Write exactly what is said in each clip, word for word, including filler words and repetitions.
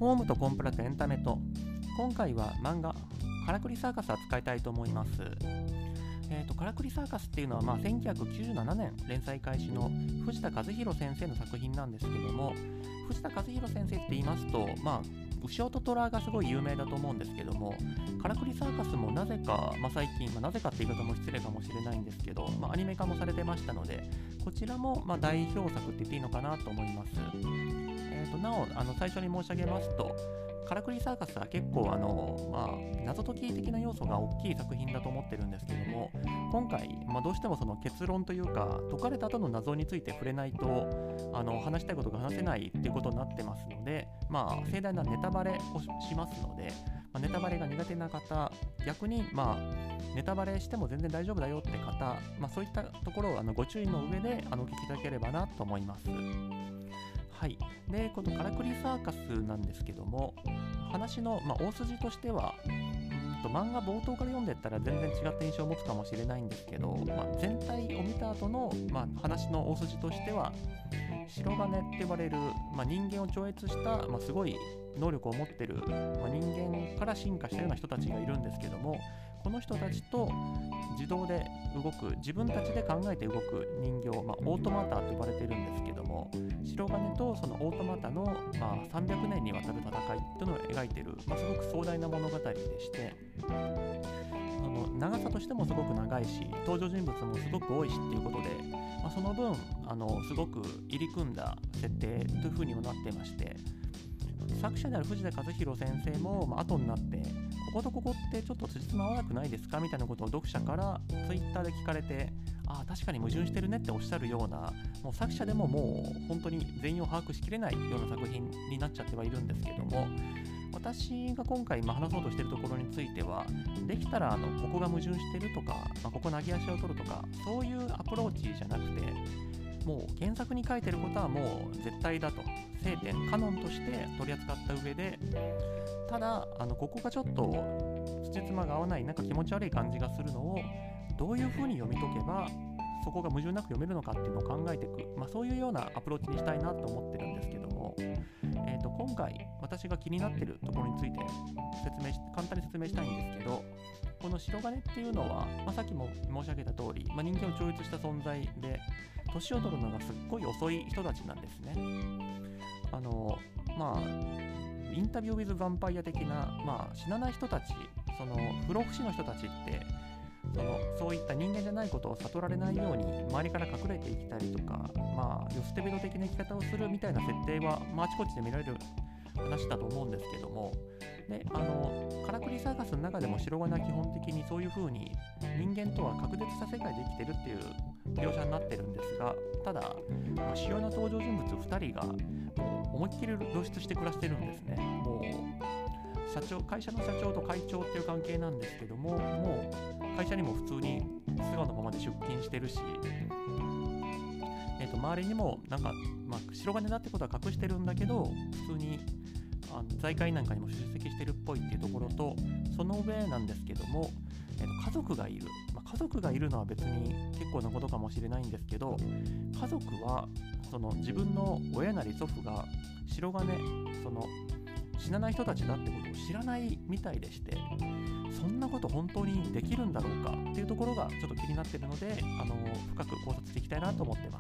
ホームとコンプラとエンタメと、今回は漫画からくりサーカスを扱いたいと思います。えーと、からくりサーカスっていうのは、まあ、せんきゅうひゃくきゅうじゅうななねん連載開始の藤田和弘先生の作品なんですけども、藤田和弘先生って言いますと、まあ、牛尾と虎がすごい有名だと思うんですけども、からくりサーカスもなぜか、まあ、最近、まあ、なぜかって言い方も失礼かもしれないんですけど、まあ、アニメ化もされてましたので、こちらもまあ代表作って言っていいのかなと思います。えーと、なお、あの最初に申し上げますと、からくりサーカスは結構あの、まあ、謎解き的な要素が大きい作品だと思ってるんですけども、今回、まあ、どうしてもその結論というか解かれた後の謎について触れないとあの話したいことが話せないっていうことになってますので、まあ、盛大なネタバレをしますので、まあ、ネタバレが苦手な方、逆に、まあ、ネタバレしても全然大丈夫だよって方、まあ、そういったところをあのご注意の上であのお聞きいただければなと思います。はい、でこのからくりサーカスなんですけども、話の、まあ、大筋としては、うんと漫画冒頭から読んでいったら全然違った印象を持つかもしれないんですけど、まあ、全体を見た後の、まあ、話の大筋としては、白金って呼ばれる、まあ、人間を超越した、まあ、すごい能力を持ってる、まあ、人間から進化したような人たちがいるんですけども、この人たちと自動で動く、自分たちで考えて動く人形、まあ、オートマターと呼ばれてるんですけども、白金とそのオートマタの、まあ、さんびゃくねんにわたる戦いっていうのを描いている、まあ、すごく壮大な物語でして、その長さとしてもすごく長いし、登場人物もすごく多いしっていうことで、まあ、その分あのすごく入り組んだ設定というふうにもなっていまして、作者である藤田和弘先生も、まあ、後になってこことここってちょっと辻褄合わなくないですかみたいなことを読者からツイッターで聞かれて、ああ確かに矛盾してるねっておっしゃるような、もう作者でももう本当に全容を把握しきれないような作品になっちゃってはいるんですけども、私が今回まあ話そうとしているところについては、できたらあのここが矛盾してるとか、まあ、ここ投げ足を取るとか、そういうアプローチじゃなくて、もう原作に書いてることはもう絶対だと、聖典カノンとして取り扱った上で、ただあのここがちょっと辻褄が合わない、なんか気持ち悪い感じがするのをどういう風に読み解けばそこが矛盾なく読めるのかっていうのを考えていく、まあ、そういうようなアプローチにしたいなと思ってるんですけども、えー、と今回私が気になっているところについて説明し簡単に説明したいんですけど、この白金っていうのは、まあ、さっきも申し上げた通り、まあ、人間を超越した存在で、年を取るのがすっごい遅い人たちなんですね。あのまあインタビューウィズ・ヴァンパイア的な、まあ、死なない人たち、その不老不死の人たちってそのそういった人間じゃないことを悟られないように周りから隠れていきたりとか、まあ世捨て人的な生き方をするみたいな設定は、まあ、あちこちで見られる話だと思うんですけども、であのからくりサーカスの中でも白金は基本的にそういう風に人間とは隔絶した世界で生きてるっていう描写になってるんですが、ただ、まあ、主要な登場人物ふたりがもう思いっきり露出して暮らしてるんですね。もう社長会社の社長と会長っていう関係なんですけども、もう会社にも普通に素顔のままで出勤してるし、えー、と周りにもなんか、まあ、白金だってことは隠してるんだけど、普通にあの財界なんかにも出席してるっぽいっていうところと、その上なんですけども、えー、と家族がいる、まあ、家族がいるのは別に結構なことかもしれないんですけど、家族はその自分の親なり祖父が白金、その死なない人たちだってことを知らないみたいでして、そんなこと本当にできるんだろうかっていうところがちょっと気になっているので、あの深く考察していきたいなと思ってます。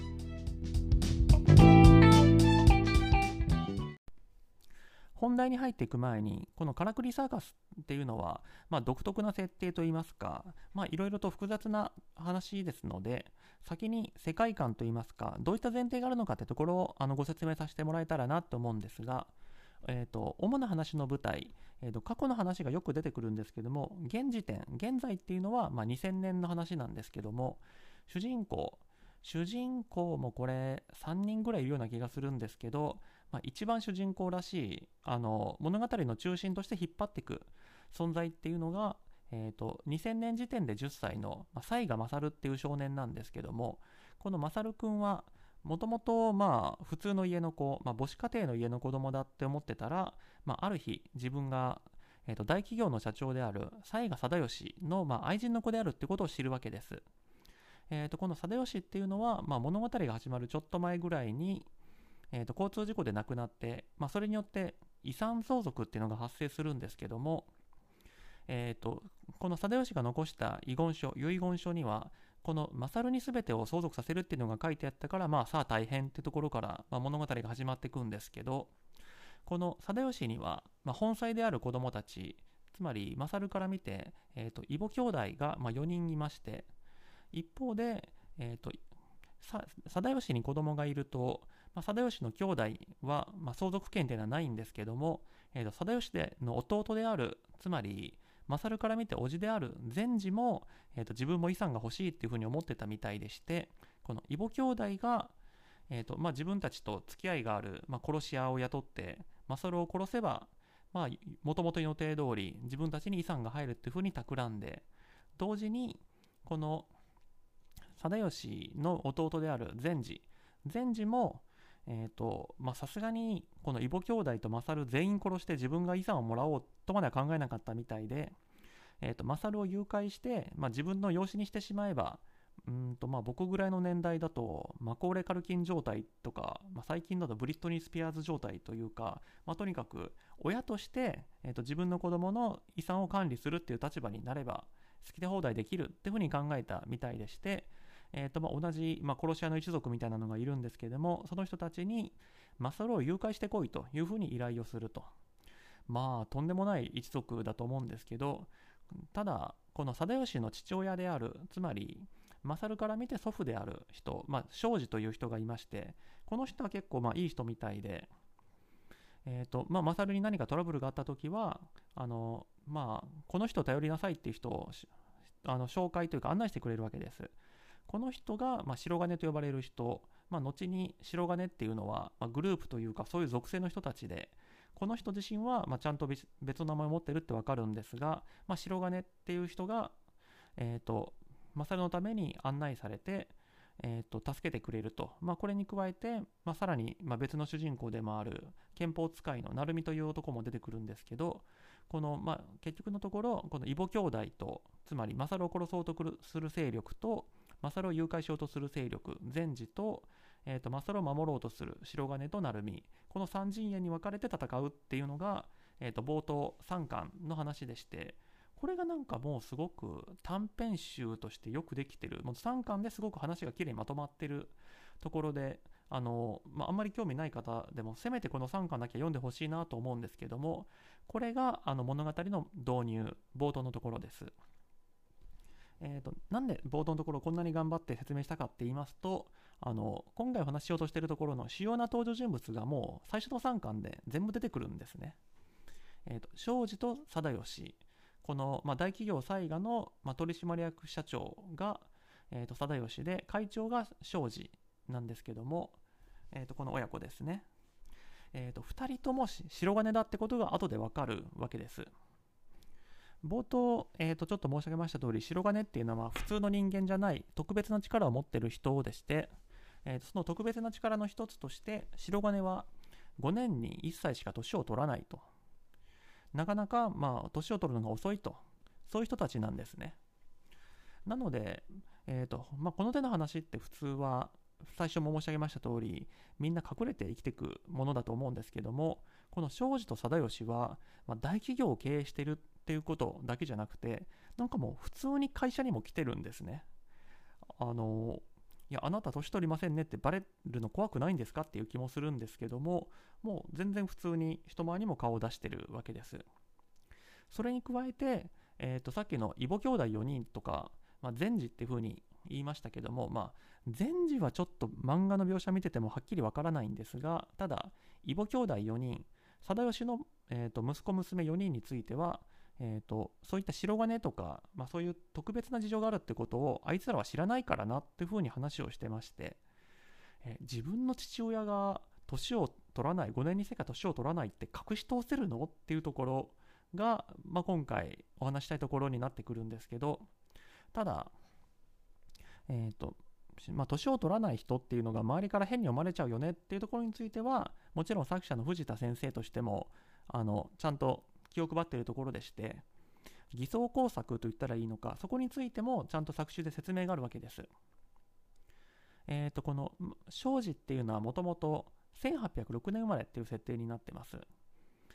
本題に入っていく前に、このからくりサーカスっていうのは、まあ、独特な設定といいますか、まあ、いろいろと複雑な話ですので、先に世界観といいますか、どういった前提があるのかってところをあのご説明させてもらえたらなと思うんですが、えーと、主な話の舞台、えーと、過去の話がよく出てくるんですけども、現時点、現在っていうのは、まあ、にせんねんの話なんですけども、主人公、主人公もこれさんにんぐらいいるような気がするんですけど、まあ、一番主人公らしいあの物語の中心として引っ張っていく存在っていうのが、えーと、にせんねん時点でじゅっさいの雑賀勝っていう少年なんですけども、この勝くんはもともとまあ普通の家の子、まあ、母子家庭の家の子供だって思ってたら、まあ、ある日自分が、えーと大企業の社長である雑賀貞義のまあ愛人の子であるってことを知るわけです。えーとこの貞義っていうのは、まあ、物語が始まるちょっと前ぐらいに、えーと交通事故で亡くなって、まあ、それによって遺産相続っていうのが発生するんですけども、えー、とこの定義が残した遺言書遺言書にはこの勝に全てを相続させるっていうのが書いてあったから、まあさあ大変ってところから、まあ、物語が始まっていくんですけど、この定義には、まあ、本妻である子供たち、つまり勝から見て、えー、と異母兄弟がまあよにんいまして、一方で、えー、と定義に子供がいると、まあ、定義の兄弟は、まあ、相続権というのはないんですけども、えー、と定義での弟である、つまり勝から見て叔父である善治も、えー、と自分も遺産が欲しいっていうふうに思ってたみたいでして、この異母兄弟が、えーとまあ、自分たちと付き合いがある、まあ、殺し屋を雇って勝を殺せば、もともと予定通り自分たちに遺産が入るっていうふうに企んで、同時にこの定義の弟である善治善治もえーとまあ、さすがにこの異母兄弟と勝全員殺して自分が遺産をもらおうとまでは考えなかったみたいで、えーと勝を誘拐して、まあ、自分の養子にしてしまえば、うんとまあ僕ぐらいの年代だとマコーレ・カルキン状態とか、まあ、最近だとブリットニー・スピアーズ状態というか、まあ、とにかく親として、えーと自分の子供の遺産を管理するっていう立場になれば好きで放題できるっていうふうに考えたみたいでして、えーとまあ、同じ、まあ、殺し屋の一族みたいなのがいるんですけれども、その人たちに勝を誘拐してこいというふうに依頼をすると。まあとんでもない一族だと思うんですけど、ただこの定義の父親である、つまり勝から見て祖父である人、まあ、庄司という人がいまして、この人は結構まあいい人みたいで、えーとまあ、勝に何かトラブルがあった時はあの、まあ、この人を頼りなさいっていう人をあの紹介というか案内してくれるわけです。この人が、まあ、白金と呼ばれる人、まあ、後に白金っていうのは、まあ、グループというかそういう属性の人たちで、この人自身は、まあ、ちゃんと別の名前を持ってるって分かるんですが、まあ、白金っていう人が、えーと、勝のために案内されて、えーと、助けてくれると。まあ、これに加えて、まあ、さらに、まあ、別の主人公でもある憲法使いの成美という男も出てくるんですけど、この、まあ、結局のところこの異母兄弟と、つまり勝を殺そうとする勢力と勝を誘拐しようとする勢力善治と、えーと、勝を守ろうとする白金と成美、この三陣営に分かれて戦うっていうのが、えーと、冒頭さんかんの話でして、これがなんかもうすごく短編集としてよくできてる、もうさんかんですごく話がきれいにまとまってるところで、あの、まあ、あんまり興味ない方でもせめてこのさんかんだけ読んでほしいなと思うんですけども、これがあの物語の導入冒頭のところです。えーと、なんで冒頭のところこんなに頑張って説明したかって言いますと、あの今回お話ししようとしているところの主要な登場人物がもう最初のさんかんで全部出てくるんですね。えーと、庄司と定義、この、まあ、大企業雑賀の、まあ、取締役社長が、えーと、定義で、会長が庄司なんですけども、えーと、この親子ですね。えーと、ふたりとも白金だってことが後でわかるわけです。冒頭、えーと、ちょっと申し上げました通り、白金っていうのは普通の人間じゃない特別な力を持っている人でして、えーと、その特別な力の一つとして白金はごねんにいっさいしか年を取らないと。なかなかまあ年を取るのが遅いと、そういう人たちなんですね。なので、えーとまあ、この手の話って普通は最初も申し上げました通り、みんな隠れて生きていくものだと思うんですけども、この庄司と定義は、まあ、大企業を経営しているっていうことだけじゃなくて、なんかもう普通に会社にも来てるんですね。あのいや、あなた年取りませんねってバレるの怖くないんですかっていう気もするんですけども、もう全然普通に人前にも顔を出してるわけです。それに加えて、えー、とさっきの異母兄弟よにんとか、まあ、善治っていう風に言いましたけども、まあ、善治はちょっと漫画の描写見ててもはっきりわからないんですが、ただ異母兄弟よにん、定義の、えー、と息子娘よにんについては、えー、とそういった白金とか、まあ、そういう特別な事情があるってことをあいつらは知らないからなっていう風に話をしてまして、えー、自分の父親が年を取らない、ごねんにせか年を取らないって隠し通せるのっていうところが、まあ、今回お話したいところになってくるんですけど、ただ、えーとまあ、年を取らない人っていうのが周りから変に思われちゃうよねっていうところについては、もちろん作者の藤田先生としてもあのちゃんと気を配っているところでして、偽装工作と言ったらいいのか、そこについてもちゃんと作中で説明があるわけです。えーとこの庄司っていうのはもともとせんはっぴゃくろくねん生まれっていう設定になってます。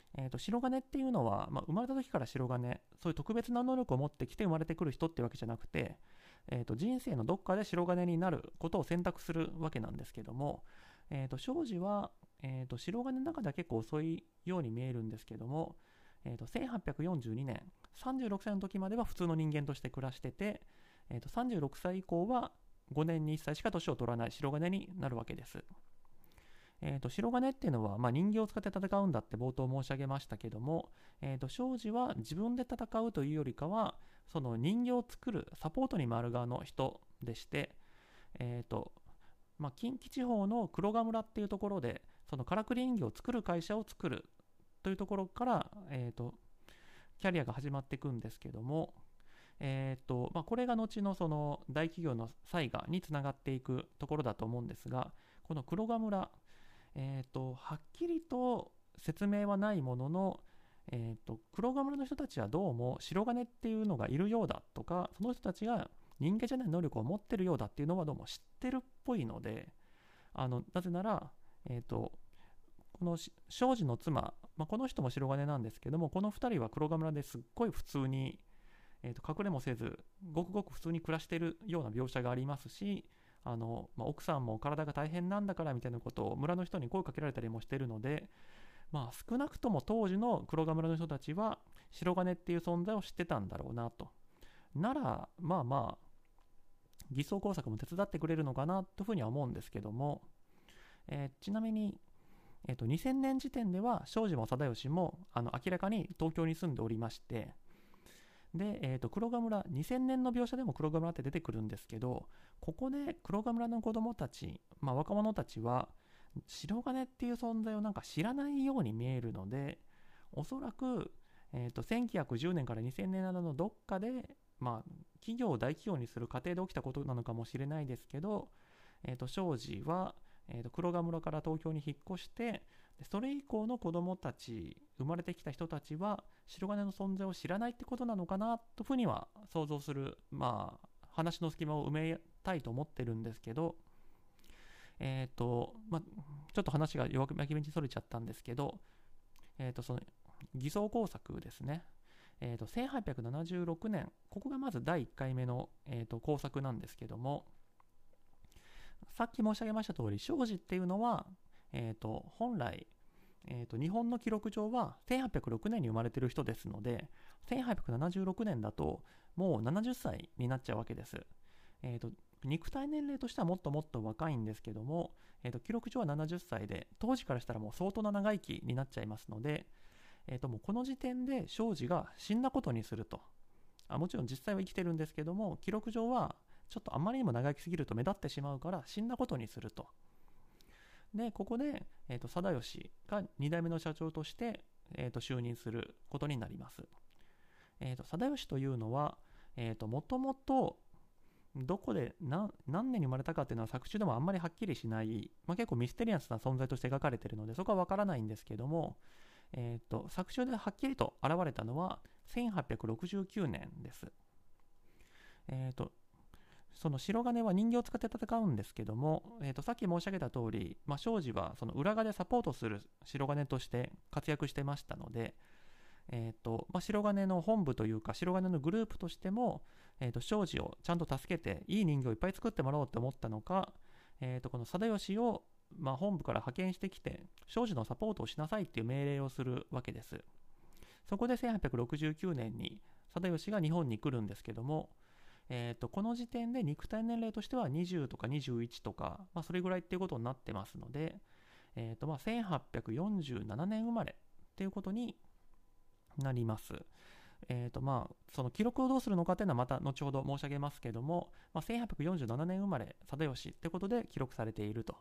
えーと、白金っていうのは、まあ、生まれた時から白金、そういう特別な能力を持ってきて生まれてくる人ってわけじゃなくて、えーと、人生のどっかで白金になることを選択するわけなんですけども、えーと、庄司は、えーと、白金の中では結構遅いように見えるんですけども、えーと、せんはっぴゃくよんじゅうにねん、さんじゅうろくさいの時までは普通の人間として暮らしてて、えーと、さんじゅうろくさい以降はごねんにいっさいしか年を取らない白金になるわけです。えーと、白金っていうのは、まあ、人形を使って戦うんだって冒頭申し上げましたけども、えーと、庄司は自分で戦うというよりかは、その人形を作るサポートに回る側の人でして、えーとまあ、近畿地方の黒ヶ村っていうところで、そのからくり人形を作る会社を作るというところから、えーと、キャリアが始まっていくんですけども、えーとまあ、これが後のその大企業の災害につながっていくところだと思うんですが、この黒ヶ村、えーと、はっきりと説明はないものの、えーと、黒ヶ村の人たちはどうも白金っていうのがいるようだとか、その人たちが人間じゃない能力を持ってるようだっていうのはどうも知ってるっぽいので、あのなぜなら、えーと、この庄司の妻、まあ、この人も白金なんですけども、このふたりは黒ヶ村ですっごい普通に、えーと、隠れもせずごくごく普通に暮らしているような描写がありますし、あの、まあ、奥さんも体が大変なんだからみたいなことを村の人に声かけられたりもしているので、まあ、少なくとも当時の黒ヶ村の人たちは白金っていう存在を知ってたんだろうなと。ならまあまあ偽装工作も手伝ってくれるのかなというふうには思うんですけども、えー、ちなみに、えーと、にせんねん時点では庄司も貞吉もあの明らかに東京に住んでおりまして、で、えーと、黒ヶ村、にせんねんの描写でも黒ヶ村って出てくるんですけど、ここで黒ヶ村の子供たち、まあ、若者たちは白金っていう存在をなんか知らないように見えるので、おそらく、えーと、せんきゅうひゃくじゅうねんからにせんねんなどのどっかで、まあ、企業を大企業にする過程で起きたことなのかもしれないですけど、えーと、庄司は、えーと、黒ヶ村から東京に引っ越して、それ以降の子供たち、生まれてきた人たちは白金の存在を知らないってことなのかなというふうには想像する、まあ、話の隙間を埋めたいと思ってるんですけど、えーとまあ、ちょっと話が弱く巻き目にそれちゃったんですけど、えーとその偽装工作ですね、えーとせんはっぴゃくななじゅうろくねん、ここがまずだいいっかいめの、えーと工作なんですけども、さっき申し上げました通り、庄司っていうのは、えーと本来、えーと日本の記録上はせんはっぴゃくろくねんに生まれてる人ですので、せんはっぴゃくななじゅうろくねんだともうななじゅっさいになっちゃうわけです。えーと肉体年齢としてはもっともっと若いんですけども、えーと記録上はななじゅっさいで、当時からしたらもう相当な長生きになっちゃいますので、えーともうこの時点で庄司が死んだことにすると。あもちろん実際は生きてるんですけども、記録上はちょっとあまりにも長生きすぎると目立ってしまうから死んだことにすると。でここで、えーと貞吉がにだいめの社長として、えーと就任することになります。えーと貞吉というのは、えーともともとどこで 何, 何年に生まれたかっていうのは作中でもあんまりはっきりしない、まあ、結構ミステリアスな存在として描かれているのでそこはわからないんですけども、えーと作中ではっきりと現れたのはせんはっぴゃくろくじゅうきゅうねんです。えーとその白金は人形を使って戦うんですけども、えー、とさっき申し上げた通り、まあ、庄司はその裏側でサポートする白金として活躍してましたので、えーとまあ、白金の本部というか白金のグループとしても、えー、と庄司をちゃんと助けていい人形をいっぱい作ってもらおうと思ったのか、えー、とこの貞吉を、まあ、本部から派遣してきて庄司のサポートをしなさいっていう命令をするわけです。そこでせんはっぴゃくろくじゅうきゅうねんに貞吉が日本に来るんですけども、えー、とこの時点で肉体年齢としてはにじゅうとかにじゅういちとか、まあ、それぐらいっていうことになってますので、えーとまあ、せんはっぴゃくよんじゅうななねん生まれっていうことになります。えーとまあ、その記録をどうするのかというのはまた後ほど申し上げますけども、まあ、せんはっぴゃくよんじゅうななねん生まれ貞吉ってことで記録されていると。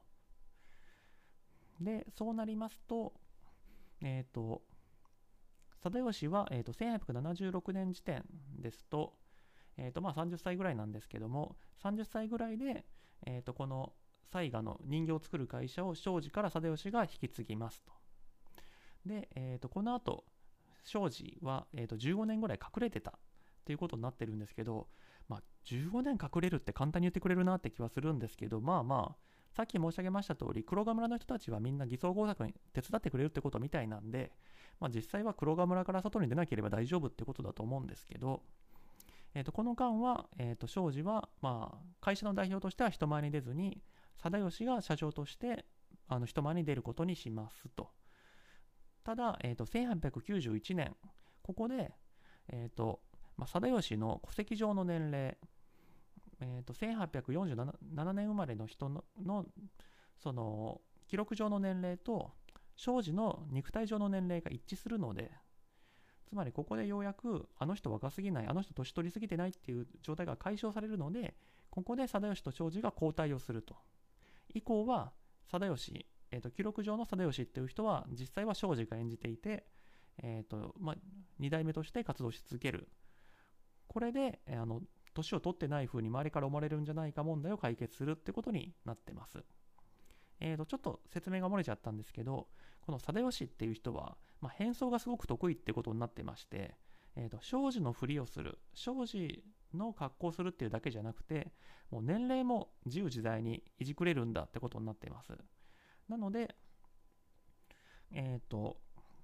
でそうなりますと、えーと貞吉は、えーとせんはっぴゃくななじゅうろくねん時点ですと、えーとまあ、さんじゅっさいぐらいなんですけども、さんじゅっさいぐらいで、えーとこの雑賀の人形を作る会社を庄司から貞吉が引き継ぎますと。で、えーとこの後庄司は、えーとじゅうごねんぐらい隠れてたっていうことになってるんですけど、まあ、じゅうごねん隠れるって簡単に言ってくれるなって気はするんですけど、まあまあさっき申し上げました通り黒ヶ村の人たちはみんな偽装工作に手伝ってくれるってことみたいなんで、 まあ、実際は黒川村から外に出なければ大丈夫ってことだと思うんですけど、えー、とこの間は、えー、と庄司は、まあ、会社の代表としては人前に出ずに、貞吉が社長としてあの人前に出ることにしますと。ただ、えー、とせんはっぴゃくきゅうじゅういちねん、ここで、えーとまあ、貞吉の戸籍上の年齢、えー、とせんはっぴゃくよんじゅうななねん生まれの人 の, のその記録上の年齢と庄司の肉体上の年齢が一致するので、つまりここでようやくあの人若すぎない、あの人年取りすぎてないっていう状態が解消されるので、ここで貞吉と庄司が交代をすると。以降は貞吉、えー、と記録上の貞吉っていう人は実際は庄司が演じていて、えーとまあ、に代目として活動し続ける。これで、えー、あの年を取ってない風に周りから思われるんじゃないか問題を解決するってことになってます。えーとちょっと説明が漏れちゃったんですけど、この貞吉っていう人は、まあ、変装がすごく得意ってことになってまして、えーと庄司のふりをする、庄司の格好をするっていうだけじゃなくて、もう年齢も自由自在にいじくれるんだってことになっています。なので、えっ、ー、と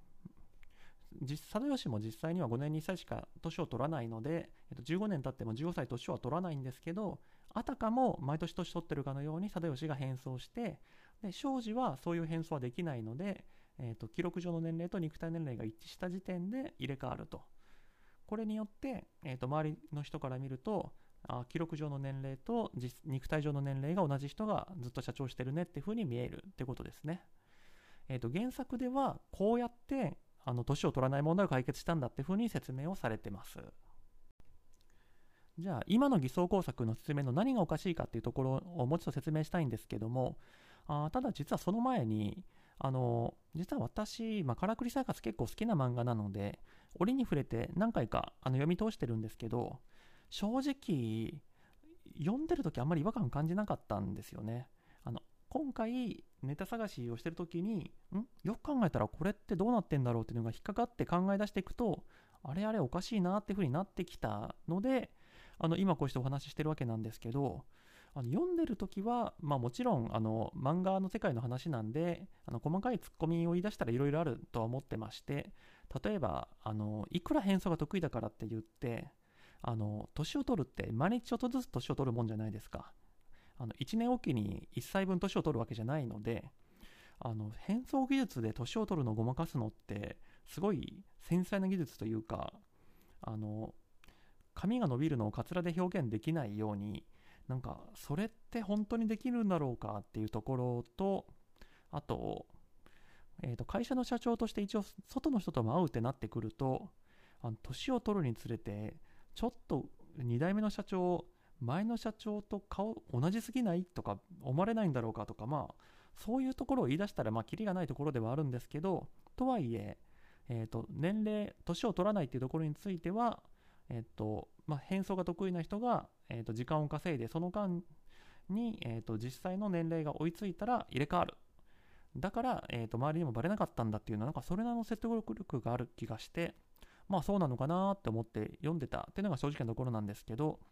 貞吉も実際にはごねんにいっさいしか年を取らないので、えー、とじゅうごねん経ってもじゅうごさい年は取らないんですけど、あたかも毎年年取ってるかのように貞吉が変装して、で庄司はそういう変装はできないので、えー、と記録上の年齢と肉体年齢が一致した時点で入れ替わると。これによって、えー、と周りの人から見ると、あ記録上の年齢と実肉体上の年齢が同じ人がずっと社長してるねっていう風に見えるってことですね。えー、と原作ではこうやってあの年を取らない問題を解決したんだっていう風に説明をされてます。じゃあ今の偽装工作の説明の何がおかしいかっていうところをもう一度説明したいんですけども、あただ実はその前に、あの実は私、まあ、からくりサーカス結構好きな漫画なので折に触れて何回かあの読み通してるんですけど、正直読んでる時あんまり違和感感じなかったんですよね。あの今回ネタ探しをしてる時にんよく考えたらこれってどうなってんだろうっていうのが引っかかって考え出していくと、あれあれおかしいなっていう風になってきたので、あの今こうしてお話ししてるわけなんですけど、あの読んでる時は、まあ、もちろんあの漫画の世界の話なんで、あの細かいツッコミを言い出したらいろいろあるとは思ってまして、例えばあのいくら変装が得意だからって言ってあの年を取るって毎日ちょっとずつ年を取るもんじゃないですか。あのいちねんおきにいっさいぶん年を取るわけじゃないので、あの変装技術で年を取るのをごまかすのってすごい繊細な技術というか、あの髪が伸びるのをカツラで表現できないように、なんかそれって本当にできるんだろうかっていうところと、あと、えーと会社の社長として一応外の人とも会うってなってくると、あの年を取るにつれてちょっとに代目の社長前の社長と顔同じすぎないとか思われないんだろうかとか、まあそういうところを言い出したらまあキリがないところではあるんですけど、とはいええーと年齢年を取らないっていうところについては、えーとまあ、変装が得意な人が、えーと時間を稼いでその間に、えーと実際の年齢が追いついたら入れ替わる。だから、えーと周りにもバレなかったんだっていうのは、なんかそれなりの説得力がある気がして、まあそうなのかなって思って読んでたっていうのが正直なところなんですけど、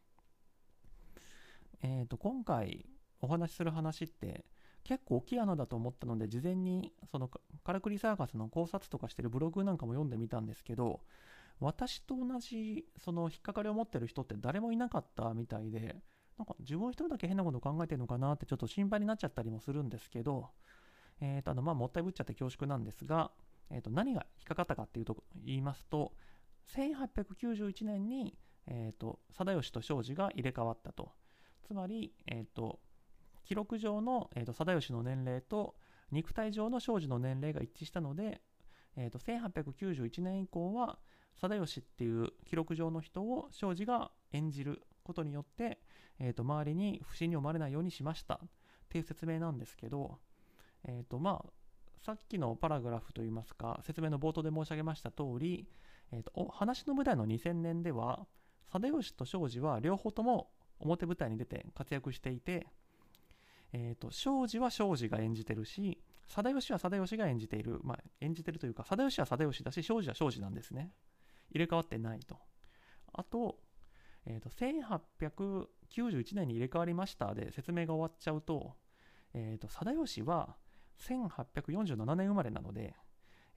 えーと今回お話しする話って結構大きい穴だと思ったので、事前にそのからくりサーカスの考察とかしてるブログなんかも読んでみたんですけど、私と同じその引っかかりを持ってる人って誰もいなかったみたいで、なんか自分一人だけ変なこと考えてるのかなってちょっと心配になっちゃったりもするんですけど、えーとあのまあもったいぶっちゃって恐縮なんですが、えーと何が引っかかったかっていうと言いますと、せんはっぴゃくきゅうじゅういちねんに、えーと貞吉と庄司が入れ替わったと。つまり、えーと記録上の、えーと貞吉の年齢と肉体上の庄司の年齢が一致したので、えーとせんはっぴゃくきゅうじゅういちねん以降は貞吉っていう記録上の人を庄司が演じることによって、えーと周りに不審に思われないようにしましたっていう説明なんですけど、えーとまあさっきのパラグラフといいますか説明の冒頭で申し上げました通り、えーと話の舞台のにせんねんでは貞吉と庄司は両方とも表舞台に出て活躍していて、えーと庄司は庄司が演じてるし、貞吉は貞吉が演じている、まあ演じてるというか貞吉は貞吉だし庄司は庄司なんですね。入れ替わってないと。あと、えーとせんはっぴゃくきゅうじゅういちねんに入れ替わりましたで説明が終わっちゃうと、えーと貞吉はせんはっぴゃくよんじゅうななねん生まれなので、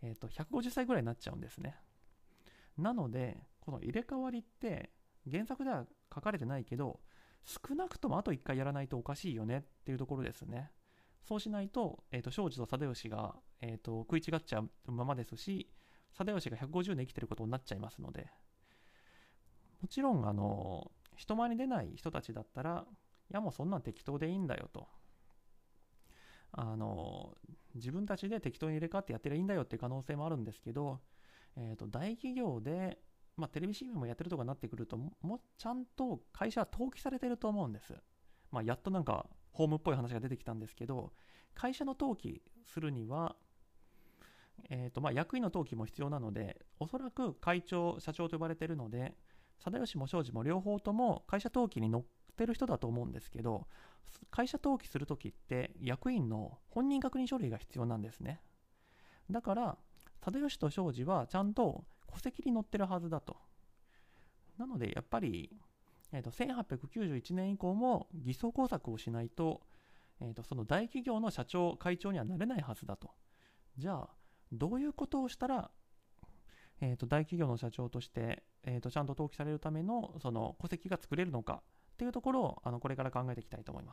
えーと、ひゃくごじゅっさいぐらいになっちゃうんですね。なのでこの入れ替わりって原作では書かれてないけど、少なくともあといっかいやらないとおかしいよねっていうところですね。そうしないと、えーと、庄司と貞吉が、えーと、食い違っちゃうままですし、貞吉がひゃくごじゅうねん生きてることになっちゃいますので、もちろんあの人前に出ない人たちだったら、いやもうそんなん適当でいいんだよと、あの自分たちで適当に入れ替わってやってりゃいいんだよっていう可能性もあるんですけど、えーと、大企業で、まあ、テレビ シーエム もやってるとかになってくると、ももちゃんと会社は登記されてると思うんです。まあ、やっとなんかホームっぽい話が出てきたんですけど、会社の登記するには、えーとまあ、役員の登記も必要なので、おそらく会長、社長と呼ばれているので、貞吉も庄司も両方とも会社登記に載ってる人だと思うんですけど、会社登記するときって役員の本人確認書類が必要なんですね。だから貞吉と庄司はちゃんと戸籍に載ってるはずだと。なのでやっぱり、えー、とせんはっぴゃくきゅうじゅういちねん以降も偽装工作をしないと、えー、とその大企業の社長会長にはなれないはずだと。じゃあどういうことをしたら、えー、と大企業の社長として、えー、とちゃんと登記されるためのその戸籍が作れるのかっていうところをあのこれから考えていきたいと思います。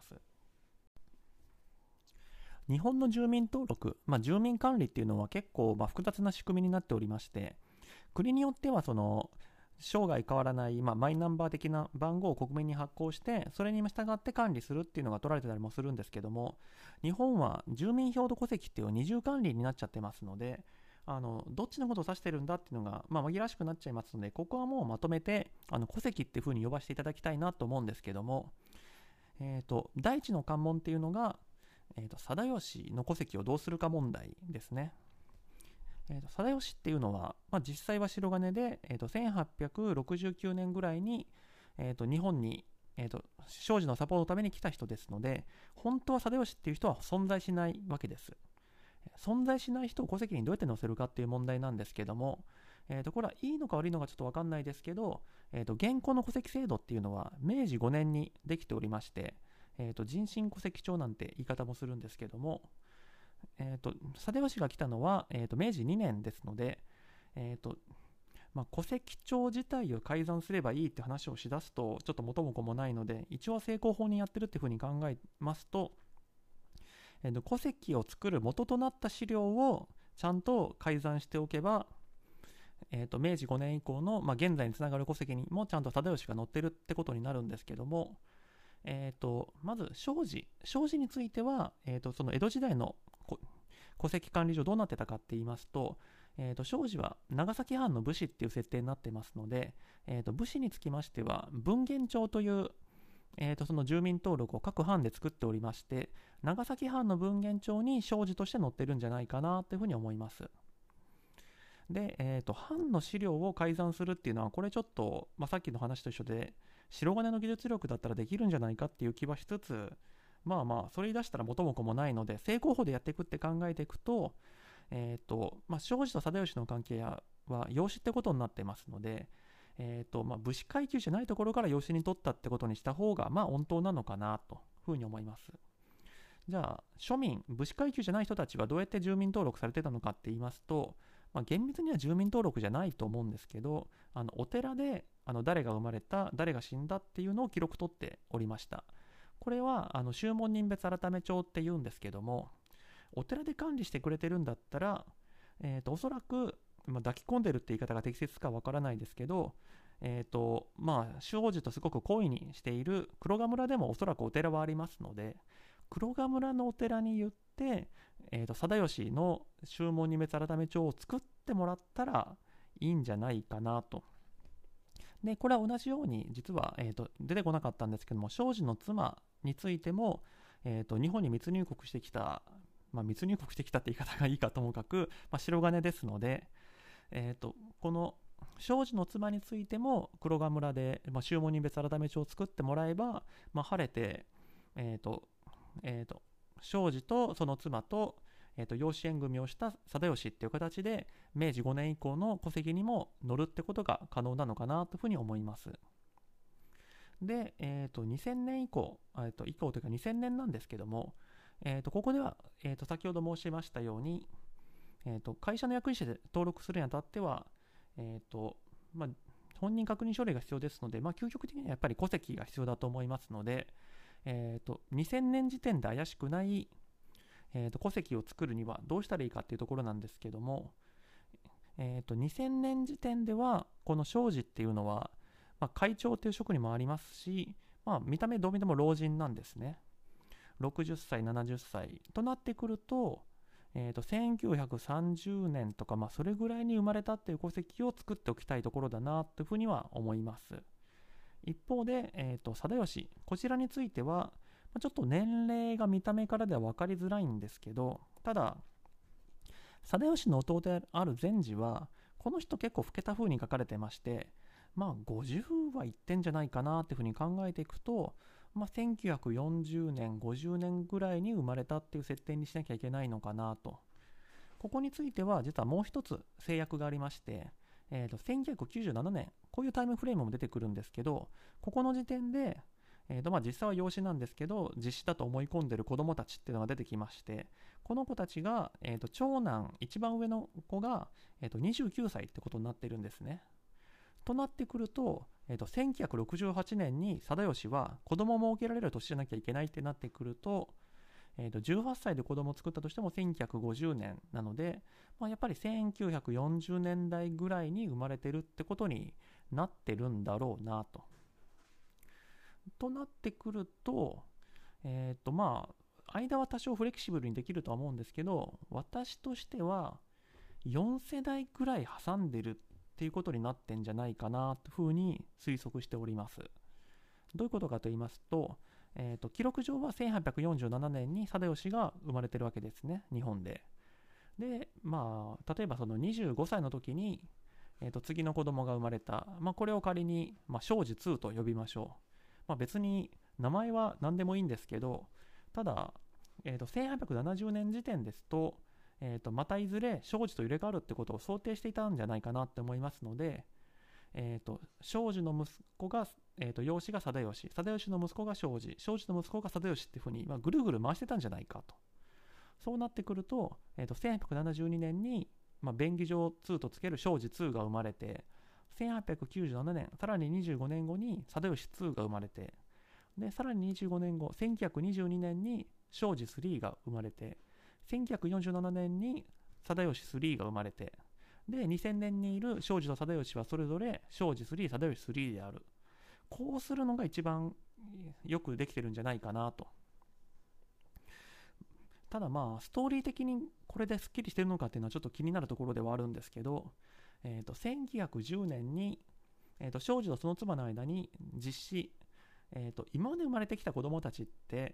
日本の住民登録、まあ、住民管理っていうのは結構まあ複雑な仕組みになっておりまして、国によってはその生涯変わらない、まあ、マイナンバー的な番号を国民に発行して、それに従って管理するっていうのが取られてたりもするんですけども、日本は住民票と戸籍っていう二重管理になっちゃってますので、あのどっちのことを指してるんだっていうのが、まあ、紛らわしくなっちゃいますので、ここはもうまとめてあの戸籍っていうふうに呼ばせていただきたいなと思うんですけども、えーと、第一の関門っていうのが、えーと、貞吉の戸籍をどうするか問題ですね。えーと、貞吉っていうのは、まあ、実際は白金で、えーと、せんはっぴゃくろくじゅうきゅうねんぐらいに、えーと、日本に、えーと、庄司のサポートのために来た人ですので、本当は貞吉っていう人は存在しないわけです。存在しない人を戸籍にどうやって載せるかっていう問題なんですけども、えーと、これはいいのか悪いのかちょっと分かんないですけど、えーと、現行の戸籍制度っていうのはめいじごねんにできておりまして、えーと、人身戸籍帳なんて言い方もするんですけども、えーと、貞吉が来たのは、えーと、めいじにねんですので、えーとまあ、戸籍帳自体を改ざんすればいいって話をしだすとちょっと元も子もないので、一応成功法にやってるっていうふうに考えますと、えーと、戸籍を作る元となった資料をちゃんと改ざんしておけば、えーと、めいじごねん以降の、まあ、現在につながる戸籍にもちゃんと貞吉が載ってるってことになるんですけども、えーと、まず庄司庄司については、えーと、その江戸時代の戸籍管理上どうなってたかって言いますと、えーと、庄司は長崎藩の武士っていう設定になってますので、えーと、武士につきましては文言帳という、えーと、その住民登録を各藩で作っておりまして、長崎藩の文言帳に庄司として載ってるんじゃないかなというふうに思います。で、えーと、藩の資料を改ざんするっていうのは、これちょっと、まあ、さっきの話と一緒で白金の技術力だったらできるんじゃないかっていう気はしつつ、まあまあそれ言い出したら元も子もないので、正攻法でやっていくって考えていくと、えーとまあ、庄司と貞吉の関係は養子ってことになってますので、えーとまあ、武士階級じゃないところから養子に取ったってことにした方がまあ穏当なのかなというふうに思います。じゃあ庶民、武士階級じゃない人たちはどうやって住民登録されてたのかって言いますと、まあ、厳密には住民登録じゃないと思うんですけど、あのお寺であの誰が生まれた誰が死んだっていうのを記録取っておりました。これはあの宗門人別改め帳って言うんですけども、お寺で管理してくれてるんだったら、えー、とおそらく、まあ、抱き込んでるって言い方が適切かわからないですけど、えーとまあ、庄司とすごく懇意にしている黒賀村でもおそらくお寺はありますので、黒賀村のお寺に言って、えー、と貞吉の宗門人別改め帳を作ってもらったらいいんじゃないかなと。でこれは同じように実は、えー、と出てこなかったんですけども、庄司の妻についても、えー、と日本に密入国してきた、まあ、密入国してきたって言い方がいいかともかく、まあ、白金ですので、えー、とこの庄司の妻についても黒賀村で、まあ、宗門人別改め帳を作ってもらえば、まあ、晴れて、えーとえー、と庄司とその妻と、えー、と養子縁組をした貞吉っていう形でめいじごねん以降の戸籍にも載るってことが可能なのかなというふうに思います。で、えー、とにせんねん以降、えー、と以降というかにせんねんなんですけども、えー、とここでは、えー、と先ほど申しましたように、 えー、と会社の役員者で登録するにあたっては、えーとまあ、本人確認書類が必要ですので、まあ、究極的にはやっぱり戸籍が必要だと思いますので、えー、とにせんねん時点で怪しくない、えー、と戸籍を作るにはどうしたらいいかっていうところなんですけども、えー、とにせんねん時点ではこの庄司っていうのは、まあ、会長という職にもありますし、まあ、見た目どう見ても老人なんですね。ろくじゅっさいななじゅっさいとなってくると、えー、とせんきゅうひゃくさんじゅうねんとか、まあ、それぐらいに生まれたっていう戸籍を作っておきたいところだなというふうには思います。一方で、えー、と貞吉、こちらについてはちょっと年齢が見た目からでは分かりづらいんですけど、ただ貞吉の弟である善治はこの人結構老けた風に書かれてまして、まあごじゅうはいってんじゃないかなっていうふうに考えていくと、まあ、せんきゅうひゃくよんじゅうねんごじゅうねんぐらいに生まれたっていう設定にしなきゃいけないのかなと。ここについては実はもう一つ制約がありまして、えー、とせんきゅうひゃくきゅうじゅうななねん、こういうタイムフレームも出てくるんですけど、ここの時点で、えーとまあ、実際は養子なんですけど実子だと思い込んでる子供たちっていうのが出てきまして、この子たちが、えー、と長男一番上の子が、えー、とにじゅうきゅうさいってことになっているんですね。となってくると、えー、とせんきゅうひゃくろくじゅうはちねんに貞吉は子供を設けられる年じゃなきゃいけないってなってくると、えー、とじゅうはっさいで子供を作ったとしてもせんきゅうひゃくごじゅうねんなので、まあ、やっぱりせんきゅうひゃくよんじゅうねんだいぐらいに生まれてるってことになってるんだろうなと。となってくると、えー、とまあ間は多少フレキシブルにできるとは思うんですけど、私としてはよん世代くらい挟んでるっていうことになってんじゃないかなというふうに推測しております。どういうことかと言いますと、えー、と記録上はせんはっぴゃくよんじゅうななねんに貞吉が生まれてるわけですね、日本で。で、まあ、例えばそのにじゅうごさいの時に、えー、と次の子供が生まれた、まあ、これを仮に、まあ、庄司にと呼びましょう。まあ、別に名前は何でもいいんですけど、ただ、えー、とせんはっぴゃくななじゅうねん時点ですと、えー、とまたいずれ庄司と入れ替わるってことを想定していたんじゃないかなって思いますので、えー、と庄司の息子が、えー、と養子が貞吉、貞吉の息子が庄司、庄司の息子が貞吉っていうふうに、まあ、ぐるぐる回してたんじゃないかと。そうなってくると、えー、とせんはっぴゃくななじゅうにねんに、まあ、便宜上にとつける庄司にが生まれて、せんはっぴゃくきゅうじゅうななねん、さらににじゅうごねんごに貞吉にが生まれて、でさらににじゅうごねんご、せんきゅうひゃくにじゅうにねんに庄司さんが生まれて、せんきゅうひゃくよんじゅうななねんに貞吉さんが生まれて、でにせんねんにいる庄司と貞吉はそれぞれ庄司さん、貞吉さんである。こうするのが一番よくできてるんじゃないかなと。ただまあストーリー的にこれですっきりしてるのかっていうのはちょっと気になるところではあるんですけど、えー、とせんきゅうひゃくじゅうねんに、えー、と庄司とその妻の間に実子、えー、と今まで生まれてきた子供たちって、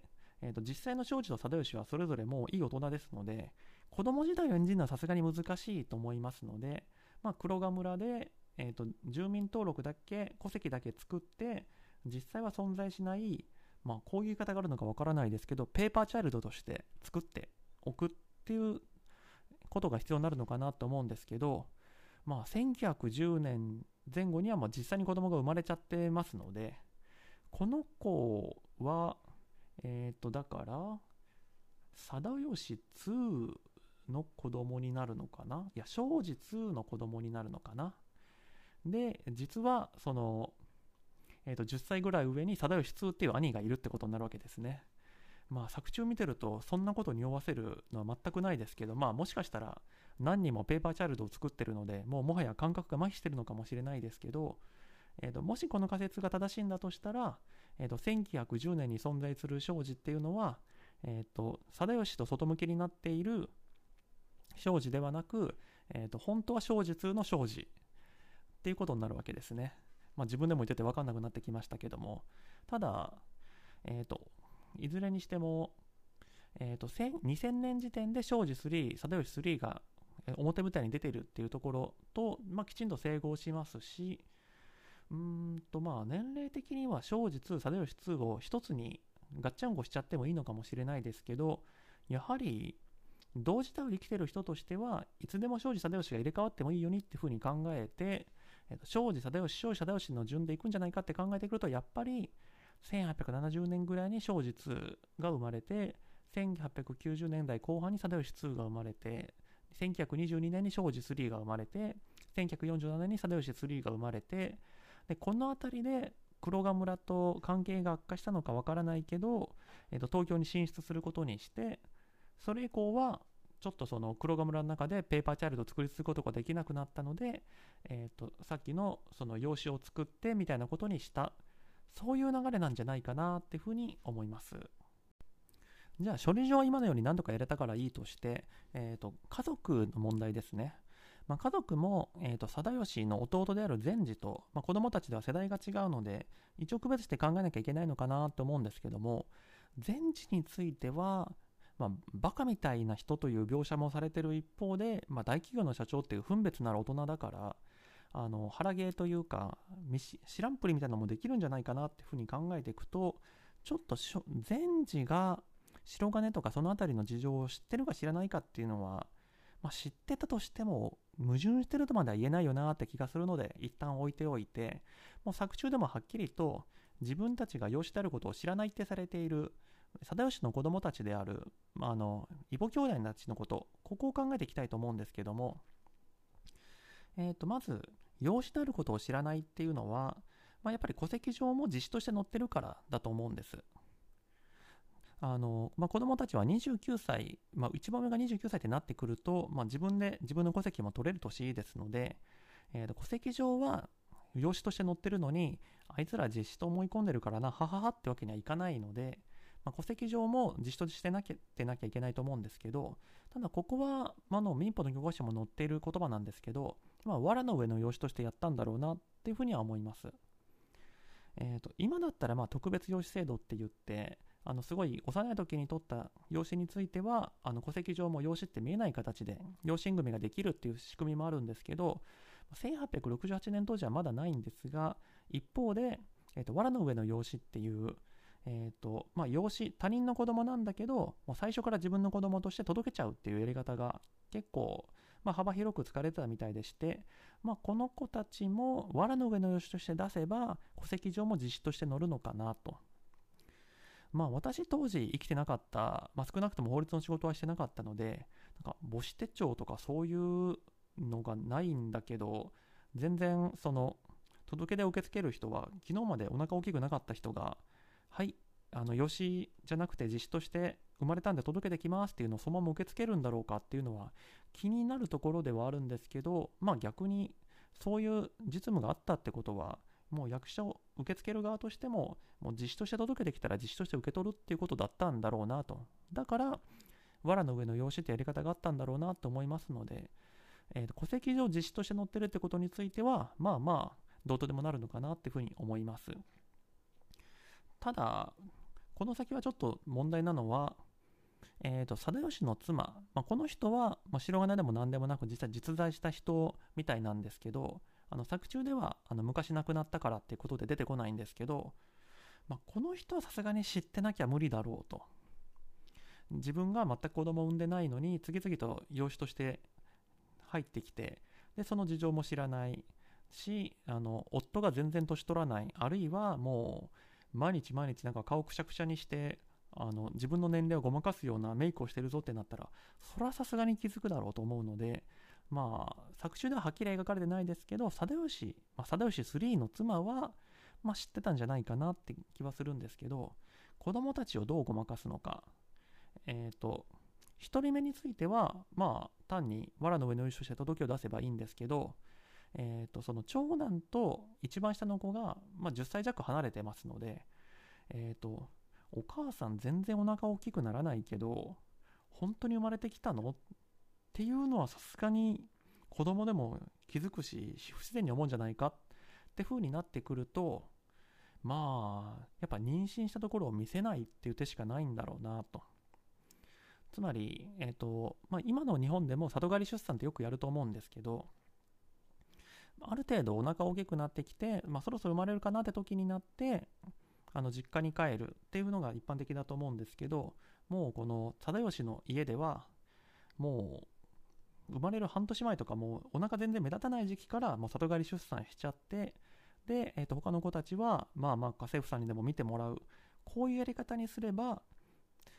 えー、と実際の庄司と貞吉はそれぞれもういい大人ですので、子供時代を演じるのはさすがに難しいと思いますので、まあ、黒賀村で、えー、と住民登録だけ戸籍だけ作って実際は存在しない、まあ、こういう言い方があるのかわからないですけどペーパーチャイルドとして作っておくっていうことが必要になるのかなと思うんですけど、まあ、せんきゅうひゃくじゅうねんぜん後にはまあ実際に子供が生まれちゃってますので、この子はえっ、ー、とだから貞吉にの子供になるのかな、いや庄司にの子供になるのかな。で実はその、えー、とじゅっさいぐらい上に貞吉にっていう兄がいるってことになるわけですね。まあ作中見てるとそんなことに匂わせるのは全くないですけど、まあもしかしたら何人もペーパーチャイルドを作ってるのでもうもはや感覚が麻痺してるのかもしれないですけど、えー、ともしこの仮説が正しいんだとしたら、えー、とせんきゅうひゃくじゅうねんに存在する庄司っていうのは、えー、と貞吉と外向けになっている庄司ではなく、えー、と本当は庄司にの庄司っていうことになるわけですね。まあ、自分でも言ってて分かんなくなってきましたけども、ただ、えー、といずれにしても、えー、とにせんねん時点で庄司さん、貞吉さんが表舞台に出ているっていうところと、まあ、きちんと整合しますし、うーんとまあ年齢的には庄司に、貞吉にを一つにガッチャンコしちゃってもいいのかもしれないですけど、やはり同時代を生きてる人としてはいつでも庄司貞吉が入れ替わってもいいようにっていうふうに考えて、えー、と庄司貞吉庄司貞吉の順でいくんじゃないかって考えてくると、やっぱりせんはっぴゃくななじゅうねんぐらいに庄司にが生まれて、せんはっぴゃくきゅうじゅうねんだいこう半に貞吉にが生まれて、 せんきゅうひゃくにじゅうにねんに庄司スリーが生まれて、せんきゅうひゃくよんじゅうななねんに定吉スリーが生まれて、でこの辺りで黒賀村と関係が悪化したのかわからないけど、えーと、東京に進出することにして、それ以降はちょっとその黒賀村の中でペーパーチャイルドを作り続けることができなくなったので、えーと、さっきのその用紙を作ってみたいなことにした、そういう流れなんじゃないかなっていうふうに思います。じゃあ処理上は今のように何とかやれたからいいとして、えーと、家族の問題ですね。まあ、家族も、えーと、定吉の弟である善治と、まあ、子供たちでは世代が違うので一応区別して考えなきゃいけないのかなと思うんですけども、善治については、まあ、バカみたいな人という描写もされている一方で、まあ、大企業の社長っていう分別なる大人だから、あの腹芸というか知らんぷりみたいなのもできるんじゃないかなっていうふうに考えていくと、ちょっと善治が白金とかそのあたりの事情を知ってるか知らないかっていうのは、まあ、知ってたとしても矛盾してるとまでは言えないよなって気がするので一旦置いておいて、もう作中でもはっきりと自分たちが養子であることを知らないってされている定吉の子供たちである、まあ、あの異母兄弟たちのこと、ここを考えていきたいと思うんですけども、えー、とまず養子であることを知らないっていうのは、まあ、やっぱり戸籍上も自主として載ってるからだと思うんです。あのまあ、子供たちはにじゅうきゅうさい、まあ、一番上がにじゅうきゅうさいってなってくると、まあ、自分で自分の戸籍も取れる年ですので、えー、と戸籍上は養子として載ってるのにあいつら実子と思い込んでるからなはははってわけにはいかないので、まあ、戸籍上も実子としてなきゃってなきゃいけないと思うんですけど、ただここは、まあ、の民法の教科書も載っている言葉なんですけど、まあ、藁の上の養子としてやったんだろうなっていうふうには思います。えー、と今だったらまあ特別養子制度って言って、あのすごい幼い時に取った養子についてはあの戸籍上も養子って見えない形で養子縁組ができるっていう仕組みもあるんですけど、せんはっぴゃくろくじゅうはちねん当時はまだないんですが、一方で、えー、と藁の上の養子っていう、えーとまあ、養子他人の子供なんだけどもう最初から自分の子供として届けちゃうっていうやり方が結構、まあ、幅広く使われてたみたいでして、まあ、この子たちも藁の上の養子として出せば戸籍上も実子として載るのかなと。まあ私当時生きてなかった、まあ、少なくとも法律の仕事はしてなかったので、なんか母子手帳とかそういうのがないんだけど、全然その届け出を受け付ける人は昨日までお腹大きくなかった人が、はいあの養子じゃなくて実子として生まれたんで届けてきますっていうのをそのまま受け付けるんだろうかっていうのは気になるところではあるんですけど、まあ逆にそういう実務があったってことはもう役所を受け付ける側としても、もう実子として届けてきたら実子として受け取るっていうことだったんだろうなと。だから、藁の上の養子ってやり方があったんだろうなと思いますので、えー、と戸籍上実子として載ってるってことについては、まあまあ、どうとでもなるのかなっていうふうに思います。ただ、この先はちょっと問題なのは、えー、と定吉の妻、まあ、この人は、まあ、白金でも何でもなく実際実在した人みたいなんですけど、あの作中ではあの昔亡くなったからっていうことで出てこないんですけど、まあ、この人はさすがに知ってなきゃ無理だろうと。自分が全く子供を産んでないのに次々と養子として入ってきて、でその事情も知らないし、あの夫が全然年取らない、あるいはもう毎日毎日なんか顔くしゃくしゃにしてあの自分の年齢をごまかすようなメイクをしてるぞってなったら、それはさすがに気づくだろうと思うので、まあ作中でははっきり描かれてないですけど、定吉、まあ、定吉スリーの妻は、まあ、知ってたんじゃないかなって気はするんですけど、子供たちをどうごまかすのか。えっ、ー、とひとりめについてはまあ単に藁の上の養子として届けを出せばいいんですけど、えー、とその長男と一番下の子が、まあ、じゅっさい弱離れてますので、えー、とお母さん全然お腹大きくならないけど本当に生まれてきたのっていうのはさすがに子供でも気づくし不自然に思うんじゃないかって風になってくると、まあやっぱ妊娠したところを見せないっていう手しかないんだろうなと。つまり、えーとまあ、今の日本でも里帰り出産ってよくやると思うんですけど、ある程度お腹大きくなってきて、まあ、そろそろ生まれるかなって時になってあの実家に帰るっていうのが一般的だと思うんですけど、もうこの定吉の家ではもう生まれる半年前とかもうお腹全然目立たない時期からもう里帰り出産しちゃって、で、えーと他の子たちはまあまあ家政婦さんにでも見てもらう、こういうやり方にすれば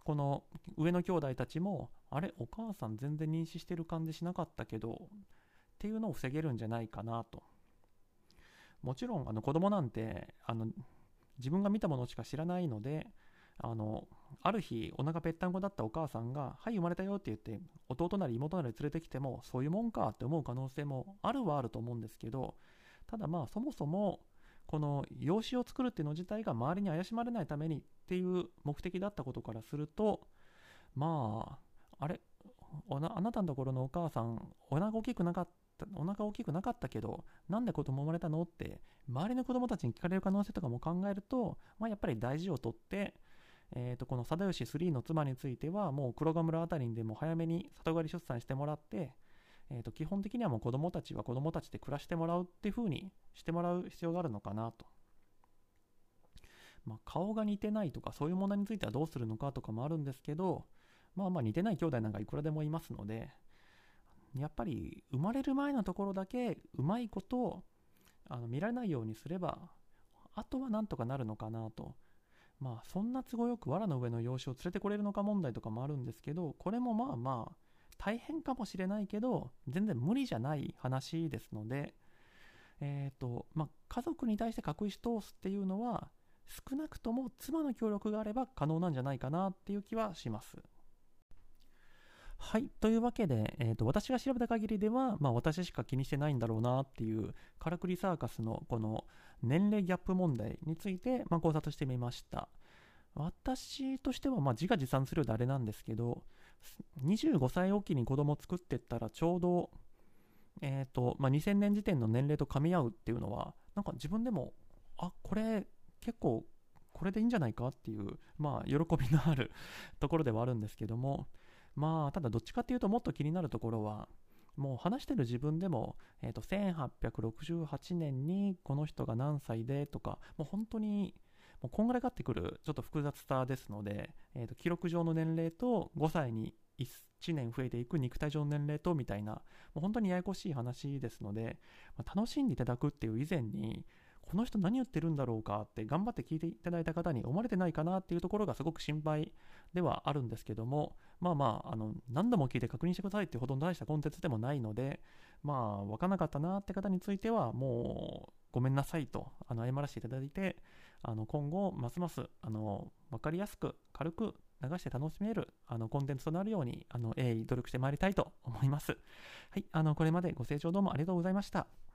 この上の兄弟たちも、あれお母さん全然妊娠してる感じしなかったけどっていうのを防げるんじゃないかなと。もちろんあの子供なんてあの自分が見たものしか知らないので、あのある日お腹ぺったんこだったお母さんがはい生まれたよって言って弟なり妹なり連れてきても、そういうもんかって思う可能性もあるはあると思うんですけど、ただまあそもそもこの養子を作るっていうの自体が周りに怪しまれないためにっていう目的だったことからすると、まああれおなあなたのところのお母さんお腹大きくなかったお腹大きくなかったけどなんで子供生まれたのって周りの子供たちに聞かれる可能性とかも考えると、まあ、やっぱり大事をとって、えー、とこの貞吉スリーの妻についてはもう黒ヶ村あたりにでも早めに里帰り出産してもらって、えー、と基本的にはもう子供たちは子供たちで暮らしてもらうっていう風にしてもらう必要があるのかなと。まあ、顔が似てないとかそういう問題についてはどうするのかとかもあるんですけど、まあまあ似てない兄弟なんかいくらでもいますので、やっぱり生まれる前のところだけうまいことあの見られないようにすれば、あとはなんとかなるのかなと。まあそんな都合よく藁の上の養子を連れてこれるのか問題とかもあるんですけど、これもまあまあ大変かもしれないけど全然無理じゃない話ですので、えっとまあ家族に対して隠し通すっていうのは少なくとも妻の協力があれば可能なんじゃないかなっていう気はします。はい。というわけで、えーと、私が調べた限りでは、まあ私しか気にしてないんだろうなっていうカラクリサーカスのこの年齢ギャップ問題について、まあ、考察してみました。私としてはまあ自画自賛するようであれなんですけど、にじゅうごさいおきに子供を作っていったらちょうど、えーとまあ、にせんねん時点の年齢と噛み合うっていうのは、なんか自分でも、あ、これ結構これでいいんじゃないかっていう、まあ喜びのあるところではあるんですけども、まあただどっちかっていうともっと気になるところは、もう話してる自分でも、えーとせんはっぴゃくろくじゅうはちねんにこの人が何歳でとか、もう本当にもうこんがらがってくるちょっと複雑さですので、えーと記録上の年齢とごさいにいちねん増えていく肉体上の年齢とみたいな、もう本当にややこしい話ですので、まあ、楽しんでいただくっていう以前に、この人何言ってるんだろうかって頑張って聞いていただいた方に思われてないかなっていうところがすごく心配ではあるんですけども、まあまあ、あの何度も聞いて確認してくださいっていうほどの大したコンテンツでもないので、まあ分からなかったなって方についてはもうごめんなさいとあの謝らせていただいて、あの今後ますますあの分かりやすく軽く流して楽しめるあのコンテンツとなるようにあの鋭意努力してまいりたいと思います。はい、あのこれまでご清聴どうもありがとうございました。